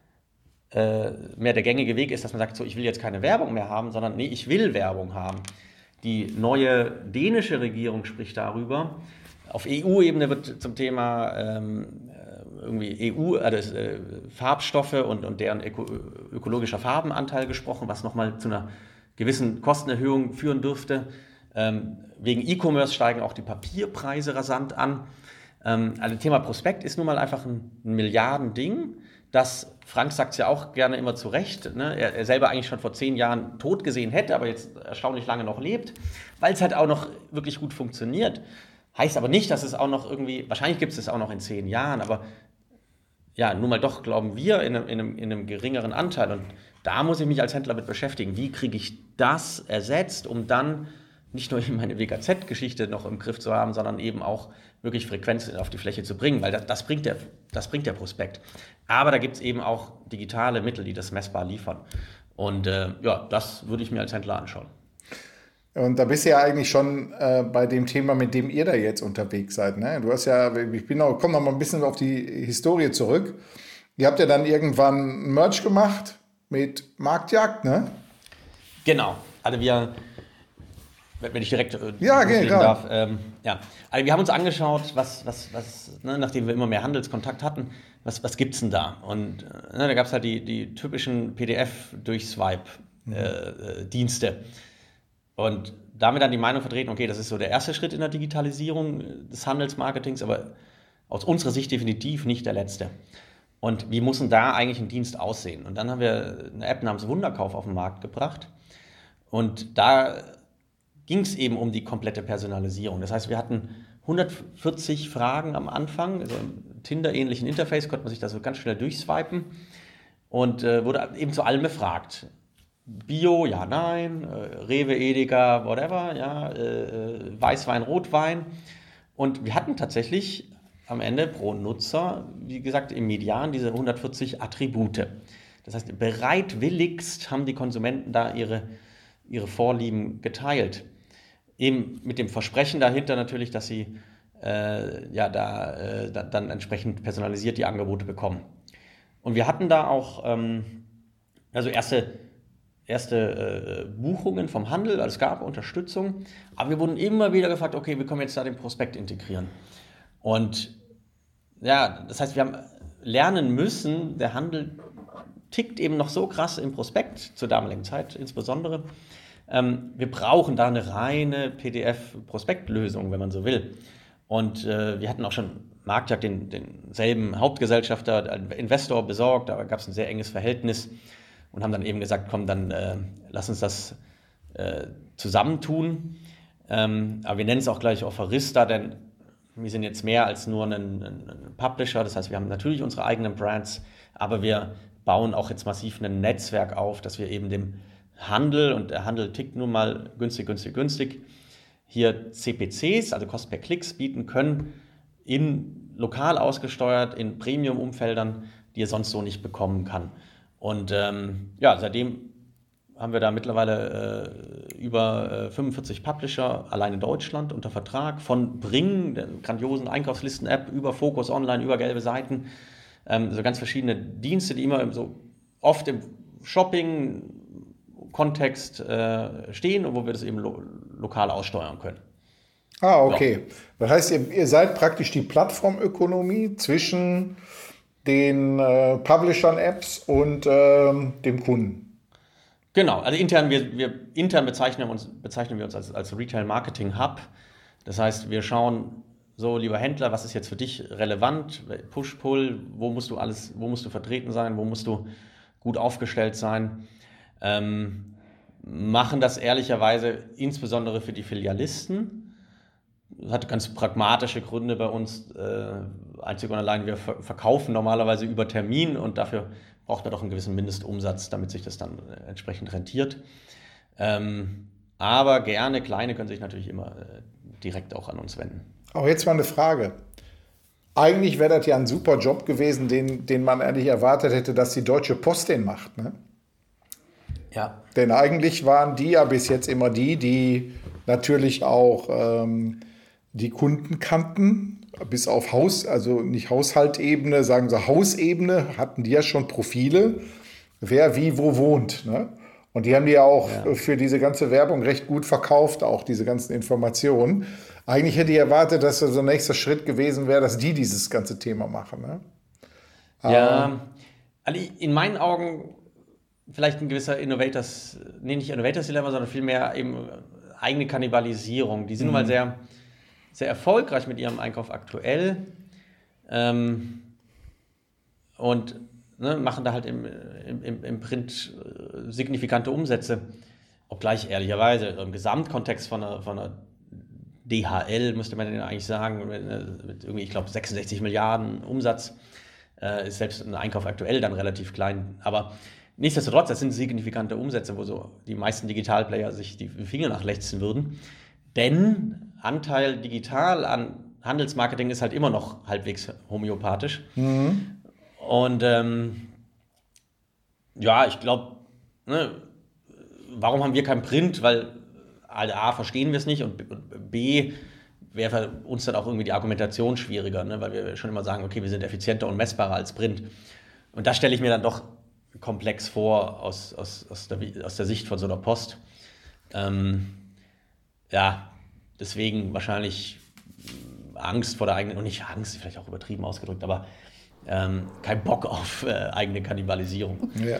äh, mehr der gängige Weg ist, dass man sagt, so, ich will jetzt keine Werbung mehr haben, sondern nee, ich will Werbung haben. Die neue dänische Regierung spricht darüber. Auf E U-Ebene wird zum Thema ähm, irgendwie E U, also äh, Farbstoffe und, und deren öko, ökologischer Farbenanteil gesprochen, was nochmal zu einer gewissen Kostenerhöhung führen dürfte. Ähm, wegen E-Commerce steigen auch die Papierpreise rasant an. Ähm, also Thema Prospekt ist nun mal einfach ein, ein Milliardending. Das, Frank sagt es ja auch gerne immer zu Recht, ne? er, er selber eigentlich schon vor zehn Jahren tot gesehen hätte, aber jetzt erstaunlich lange noch lebt, weil es halt auch noch wirklich gut funktioniert. Heißt aber nicht, dass es auch noch irgendwie, wahrscheinlich gibt es es auch noch in zehn Jahren, aber ja, nun mal doch glauben wir in einem, in einem, in einem geringeren Anteil. Und da muss ich mich als Händler mit beschäftigen. Wie kriege ich das ersetzt, um dann nicht nur meine W K Z-Geschichte noch im Griff zu haben, sondern eben auch wirklich Frequenz auf die Fläche zu bringen, weil das, das, bringt, der, das bringt der Prospekt. Aber da gibt es eben auch digitale Mittel, die das messbar liefern. Und äh, ja, das würde ich mir als Händler anschauen. Und da bist du ja eigentlich schon äh, bei dem Thema, mit dem ihr da jetzt unterwegs seid. Ne? Du hast ja, ich bin auch, komm noch mal ein bisschen auf die Historie zurück. Ihr habt ja dann irgendwann Merch gemacht mit Marktjagd, ne? Genau. Also wir, wenn ich direkt äh, ja, okay, darf. Ähm, ja. Also wir haben uns angeschaut, was, was, was ne, nachdem wir immer mehr Handelskontakt hatten, was, was gibt es denn da? Und äh, ne, da gab es halt die, die typischen P D F-Durchswipe-Dienste. Äh, Und damit dann die Meinung vertreten, okay, das ist so der erste Schritt in der Digitalisierung des Handelsmarketings, aber aus unserer Sicht definitiv nicht der letzte. Und wie muss denn da eigentlich ein Dienst aussehen? Und dann haben wir eine App namens Wunderkauf auf den Markt gebracht. Und da ging es eben um die komplette Personalisierung. Das heißt, wir hatten hundertvierzig Fragen am Anfang, also im Tinder-ähnlichen Interface, konnte man sich da so ganz schnell durchswipen und äh, wurde eben zu allem befragt. Bio, ja, nein, äh, Rewe, Edeka, whatever, ja, äh, Weißwein, Rotwein. Und wir hatten tatsächlich am Ende pro Nutzer, wie gesagt, im Median diese hundertvierzig Attribute. Das heißt, bereitwilligst haben die Konsumenten da ihre, ihre Vorlieben geteilt. Eben mit dem Versprechen dahinter natürlich, dass sie äh, ja, da, äh, da dann entsprechend personalisiert die Angebote bekommen. Und wir hatten da auch ähm, also erste erste äh, Buchungen vom Handel, also es gab Unterstützung, aber wir wurden immer wieder gefragt, okay, wie können wir jetzt da den Prospekt integrieren? Und ja, das heißt, wir haben lernen müssen, der Handel tickt eben noch so krass im Prospekt, zur damaligen Zeit insbesondere, Ähm, wir brauchen da eine reine P D F-Prospektlösung, wenn man so will. Und äh, wir hatten auch schon Marktjagd den, denselben Hauptgesellschafter, Investor besorgt, da gab es ein sehr enges Verhältnis und haben dann eben gesagt, komm, dann äh, lass uns das äh, zusammentun. Ähm, aber wir nennen es auch gleich Offerista, denn wir sind jetzt mehr als nur ein, ein Publisher. Das heißt, wir haben natürlich unsere eigenen Brands, aber wir bauen auch jetzt massiv ein Netzwerk auf, dass wir eben dem Handel, und der Handel tickt nun mal günstig, günstig, günstig, hier C P Cs, also Kosten per Klicks, bieten können, in lokal ausgesteuert, in Premium-Umfeldern, die er sonst so nicht bekommen kann. Und ähm, ja, seitdem haben wir da mittlerweile äh, über äh, fünfundvierzig Publisher allein in Deutschland unter Vertrag, von Bring, der grandiosen Einkaufslisten-App, über Focus Online, über gelbe Seiten, ähm, so ganz verschiedene Dienste, die immer so oft im Shopping-Kontext äh, stehen und wo wir das eben lo- lokal aussteuern können. Ah, okay. Ja. Das heißt, ihr, ihr seid praktisch die Plattformökonomie zwischen den äh, Publishern-Apps und äh, dem Kunden. Genau, also intern, wir, wir, intern bezeichnen, uns, bezeichnen wir uns als, als Retail-Marketing-Hub. Das heißt, wir schauen so, lieber Händler, was ist jetzt für dich relevant? Push-Pull, wo musst du alles, wo musst du vertreten sein, wo musst du gut aufgestellt sein? Ähm, machen das ehrlicherweise insbesondere für die Filialisten. Das hat ganz pragmatische Gründe bei uns. Äh, einzig und allein, wir ver- verkaufen normalerweise über Termin und dafür braucht man doch einen gewissen Mindestumsatz, damit sich das dann entsprechend rentiert. Ähm, aber gerne, kleine können sich natürlich immer äh, direkt auch an uns wenden. Auch jetzt mal eine Frage. Eigentlich wäre das ja ein super Job gewesen, den, den man eigentlich erwartet hätte, dass die Deutsche Post den macht, ne? Ja. Denn eigentlich waren die ja bis jetzt immer die, die natürlich auch ähm, die Kunden kannten, bis auf Haus, also nicht Haushaltebene, sagen sie Hausebene, hatten die ja schon Profile, wer wie wo wohnt, ne? Und die haben die ja auch ja. für diese ganze Werbung recht gut verkauft, auch diese ganzen Informationen. Eigentlich hätte ich erwartet, dass so ein nächster Schritt gewesen wäre, dass die dieses ganze Thema machen, ne? Ja, also in meinen Augen vielleicht ein gewisser Innovators, nee, nicht Innovators Dilemma, sondern vielmehr eben eigene Kannibalisierung. Die sind mhm. nun mal sehr, sehr erfolgreich mit ihrem Einkauf aktuell ähm, und ne, machen da halt im, im, im Print signifikante Umsätze. Obgleich ehrlicherweise im Gesamtkontext von einer, von einer D H L, müsste man ja eigentlich sagen, mit, mit irgendwie, ich glaube, sechsundsechzig Milliarden Umsatz, äh, ist selbst ein Einkauf aktuell dann relativ klein. Aber nichtsdestotrotz, das sind signifikante Umsätze, wo so die meisten Digitalplayer sich die Finger nachlechzen würden. Denn Anteil digital an Handelsmarketing ist halt immer noch halbwegs homöopathisch. Mhm. Und ähm, ja, ich glaube, ne, warum haben wir kein Print? Weil A, verstehen wir es nicht und B, wäre für uns dann auch irgendwie die Argumentation schwieriger, ne? Weil wir schon immer sagen, okay, wir sind effizienter und messbarer als Print. Und das stelle ich mir dann doch komplex vor aus, aus, aus, der, aus der Sicht von so einer Post. Ähm, ja, deswegen wahrscheinlich Angst vor der eigenen, und nicht Angst, vielleicht auch übertrieben ausgedrückt, aber ähm, kein Bock auf äh, eigene Kannibalisierung. Ja.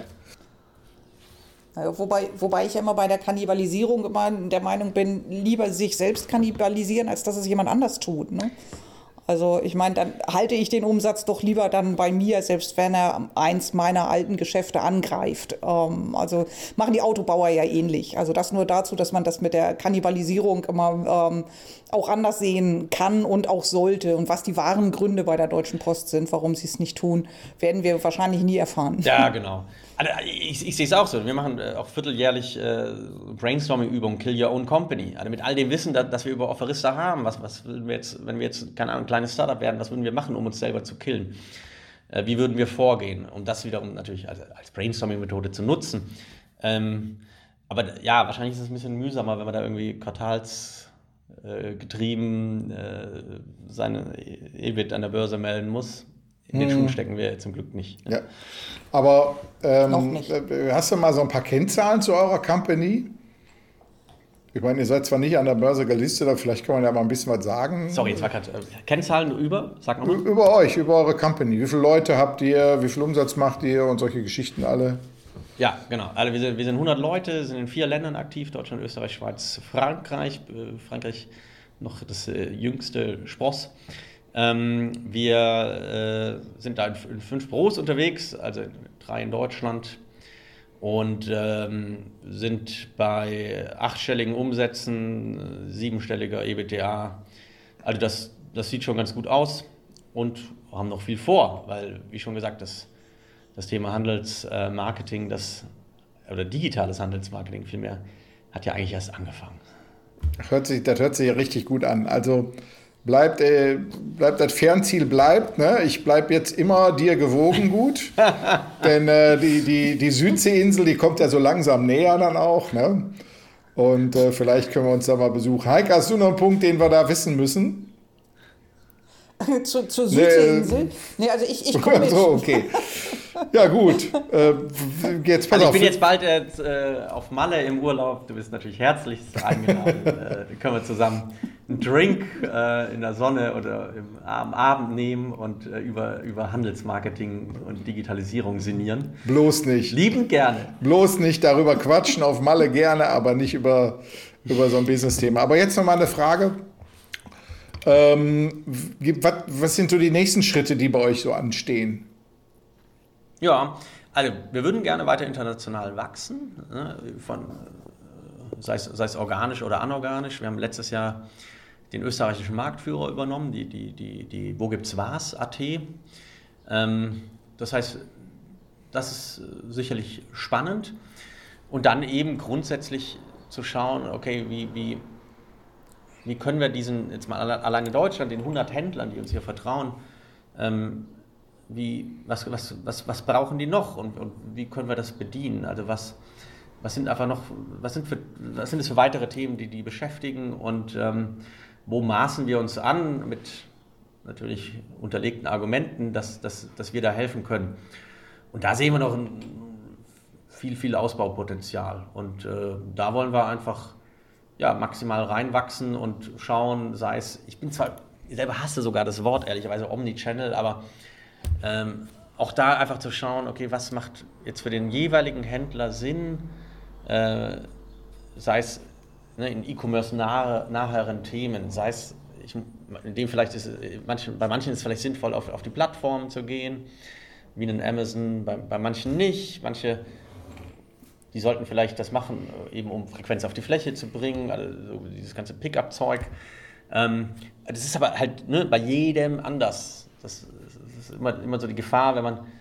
Wobei, wobei ich ja immer bei der Kannibalisierung immer der Meinung bin, lieber sich selbst kannibalisieren, als dass es jemand anders tut, ne? Also ich meine, dann halte ich den Umsatz doch lieber dann bei mir, selbst wenn er eins meiner alten Geschäfte angreift. Ähm, also machen die Autobauer ja ähnlich. Also das nur dazu, dass man das mit der Kannibalisierung immer ähm, auch anders sehen kann und auch sollte. Und was die wahren Gründe bei der Deutschen Post sind, warum sie es nicht tun, werden wir wahrscheinlich nie erfahren. Ja, genau. Also ich, ich sehe es auch so. Wir machen auch vierteljährlich äh, Brainstorming-Übungen, Kill Your Own Company. Also mit all dem Wissen, dass, dass wir über Offerista haben. Was, was würden wir jetzt, wenn wir jetzt, keine Ahnung, ein kleines Startup werden, was würden wir machen, um uns selber zu killen? Äh, wie würden wir vorgehen, um das wiederum natürlich als, als Brainstorming-Methode zu nutzen? Ähm, aber ja, wahrscheinlich ist es ein bisschen mühsamer, wenn man da irgendwie quartalsgetrieben äh, äh, seine E B I T an der Börse melden muss. In den hm. Schuhen stecken wir zum Glück nicht. Ja. Aber ähm, nicht. Hast du mal so ein paar Kennzahlen zu eurer Company? Ich meine, ihr seid zwar nicht an der Börse gelistet, aber vielleicht kann man ja mal ein bisschen was sagen. Sorry, jetzt war gerade äh, Kennzahlen über, sag nochmal. Über euch, über eure Company. Wie viele Leute habt ihr, wie viel Umsatz macht ihr und solche Geschichten alle? Ja, genau. Also wir sind, wir sind hundert Leute, sind in vier Ländern aktiv, Deutschland, Österreich, Schweiz, Frankreich. Äh, Frankreich noch das äh, jüngste Spross. Ähm, wir äh, sind da in, in fünf Büros unterwegs, also drei in Deutschland und ähm, sind bei achtstelligen Umsätzen, siebenstelliger E B T A. Also das, das sieht schon ganz gut aus und haben noch viel vor, weil, wie schon gesagt, das, das Thema Handelsmarketing, das, oder digitales Handelsmarketing vielmehr, hat ja eigentlich erst angefangen. Das hört sich, das hört sich ja richtig gut an. Also bleibt, äh, bleibt das Fernziel bleibt. Ne? Ich bleibe jetzt immer dir gewogen gut. Denn äh, die, die, die Südseeinsel, die kommt ja so langsam näher dann auch. Ne? Und äh, vielleicht können wir uns da mal besuchen. Heike, hast du noch einen Punkt, den wir da wissen müssen? Zu, zur Südseeinsel? Nee, nee, also ich, ich komme mit. So, okay. Ja gut, äh, jetzt pass also ich auf. bin jetzt bald äh, auf Malle im Urlaub, du bist natürlich herzlichst eingeladen, äh, können wir zusammen einen Drink äh, in der Sonne oder im, am Abend nehmen und äh, über, über Handelsmarketing und Digitalisierung sinnieren. Bloß nicht. Liebend gerne. Bloß nicht darüber quatschen, auf Malle gerne, aber nicht über, über so ein Business-Thema. Aber jetzt nochmal eine Frage. Ähm, was, was sind so die nächsten Schritte, die bei euch so anstehen? Ja, also wir würden gerne weiter international wachsen, ne, von, sei es, sei es organisch oder anorganisch. Wir haben letztes Jahr den österreichischen Marktführer übernommen, die, die, die, die Wo gibt's was Punkt at. Ähm, das heißt, das ist sicherlich spannend. Und dann eben grundsätzlich zu schauen, okay, wie, wie, wie können wir diesen, jetzt mal allein in Deutschland, den hundert Händlern, die uns hier vertrauen, ähm, Wie, was, was, was, was brauchen die noch und, und wie können wir das bedienen? Also was, was sind einfach noch, was sind, für, was sind es für weitere Themen, die die beschäftigen und ähm, wo maßen wir uns an mit natürlich unterlegten Argumenten, dass, dass, dass wir da helfen können. Und da sehen wir noch ein, viel, viel Ausbaupotenzial und äh, da wollen wir einfach ja, maximal reinwachsen und schauen, sei es, ich bin zwar, ich selber hasse sogar das Wort, ehrlicherweise Omnichannel, aber Ähm, auch da einfach zu schauen, okay, was macht jetzt für den jeweiligen Händler Sinn, äh, sei es ne, in E-Commerce nahe, naheren Themen, sei es, ich, in dem vielleicht ist, manchen, bei manchen ist es vielleicht sinnvoll, auf, auf die Plattform zu gehen, wie in Amazon, bei, bei manchen nicht, manche, die sollten vielleicht das machen, eben um Frequenz auf die Fläche zu bringen, also so dieses ganze Pickup-Zeug. Ähm, das ist aber halt ne, bei jedem anders. Das, das ist immer, immer so die Gefahr, wenn man äh,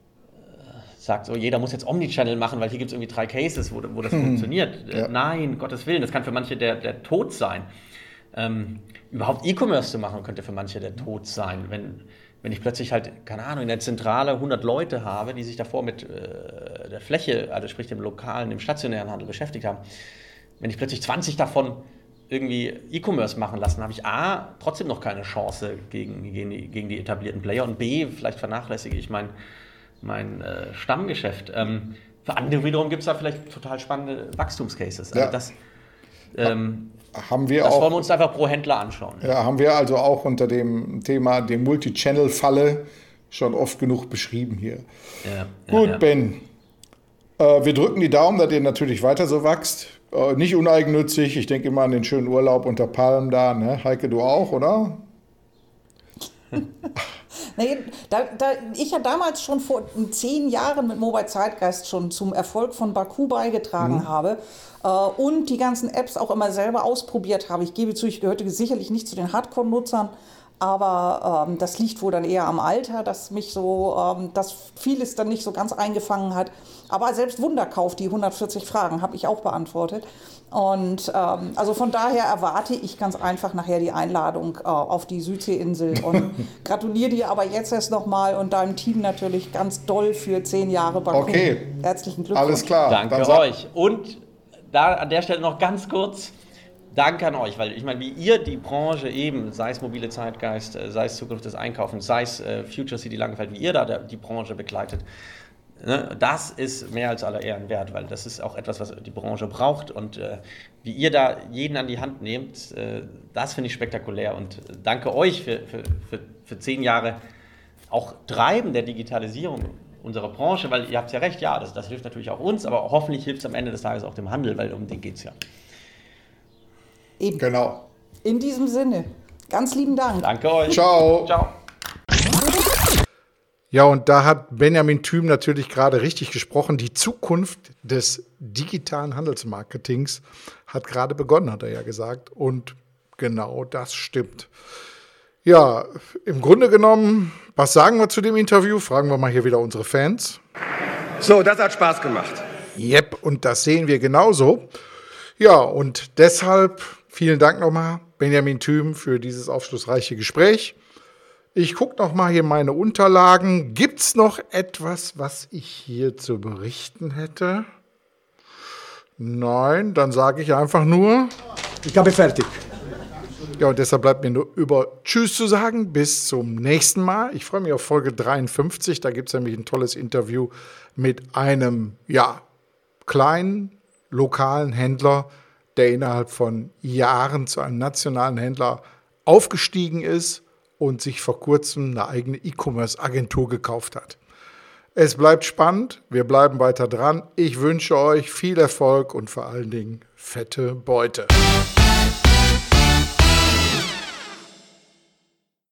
sagt, so jeder muss jetzt Omnichannel machen, weil hier gibt es irgendwie drei Cases, wo, wo das hm. funktioniert. Ja. Äh, nein, Gottes Willen, das kann für manche der, der Tod sein. Ähm, überhaupt E-Commerce zu machen, könnte für manche der Tod sein. Wenn, wenn ich plötzlich halt, keine Ahnung, in der Zentrale hundert Leute habe, die sich davor mit äh, der Fläche, also sprich dem lokalen, dem stationären Handel beschäftigt haben, wenn ich plötzlich zwanzig davon irgendwie E-Commerce machen lassen, habe ich A, trotzdem noch keine Chance gegen, gegen, die, gegen die etablierten Player und B, vielleicht vernachlässige ich mein, mein äh, Stammgeschäft. Ähm, für andere wiederum gibt es da vielleicht total spannende Wachstumscases. Also ja. das ähm, haben wir das auch, wollen wir uns einfach pro Händler anschauen. Ja, haben wir also auch unter dem Thema, dem Multi-Channel-Falle, schon oft genug beschrieben hier. Ja, Gut, ja, ja. Ben, äh, wir drücken die Daumen, dass ihr natürlich weiter so wächst. Nicht uneigennützig, ich denke immer an den schönen Urlaub unter Palmen da. Ne? Heike, du auch, oder? Nee, da, da ich ja damals schon vor zehn Jahren mit Mobile Zeitgeist schon zum Erfolg von Baku beigetragen mhm. habe äh, und die ganzen Apps auch immer selber ausprobiert habe. Ich gebe zu, ich gehörte sicherlich nicht zu den Hardcore-Nutzern, aber ähm, das liegt wohl dann eher am Alter, dass mich so, ähm, dass vieles dann nicht so ganz eingefangen hat. Aber selbst Wunderkauf, die hundertvierzig Fragen, habe ich auch beantwortet. Und ähm, also von daher erwarte ich ganz einfach nachher die Einladung äh, auf die Südseeinsel und gratuliere dir aber jetzt erst nochmal und deinem Team natürlich ganz doll für zehn Jahre Baku. Okay. Herzlichen Glückwunsch. Alles klar. Danke euch. Und da an der Stelle noch ganz kurz, Danke an euch, weil ich meine, wie ihr die Branche eben, sei es mobile Zeitgeist, sei es Zukunft des Einkaufens, sei es äh, Future City Langenfeld, wie ihr da der, die Branche begleitet, ne, das ist mehr als aller Ehren wert, weil das ist auch etwas, was die Branche braucht und äh, wie ihr da jeden an die Hand nehmt, äh, das finde ich spektakulär und danke euch für, für, für, für zehn Jahre auch Treiben der Digitalisierung unserer Branche, weil ihr habt ja recht, ja, das, das hilft natürlich auch uns, aber hoffentlich hilft es am Ende des Tages auch dem Handel, weil um den geht es ja. Eben. Genau. In diesem Sinne, ganz lieben Dank. Danke euch. Ciao. Ciao. Ja, und da hat Benjamin Thüm natürlich gerade richtig gesprochen. Die Zukunft des digitalen Handelsmarketings hat gerade begonnen, hat er ja gesagt. Und genau das stimmt. Ja, im Grunde genommen, was sagen wir zu dem Interview? Fragen wir mal hier wieder unsere Fans. So, das hat Spaß gemacht. Yep, und das sehen wir genauso. Ja, und deshalb vielen Dank nochmal, Benjamin Thüm, für dieses aufschlussreiche Gespräch. Ich gucke noch mal hier meine Unterlagen. Gibt es noch etwas, was ich hier zu berichten hätte? Nein, dann sage ich einfach nur... Ich habe fertig. Ja, und deshalb bleibt mir nur über Tschüss zu sagen. Bis zum nächsten Mal. Ich freue mich auf Folge dreiundfünfzig. Da gibt es nämlich ein tolles Interview mit einem, ja, kleinen, lokalen Händler, der innerhalb von Jahren zu einem nationalen Händler aufgestiegen ist und sich vor kurzem eine eigene E-Commerce-Agentur gekauft hat. Es bleibt spannend, wir bleiben weiter dran. Ich wünsche euch viel Erfolg und vor allen Dingen fette Beute.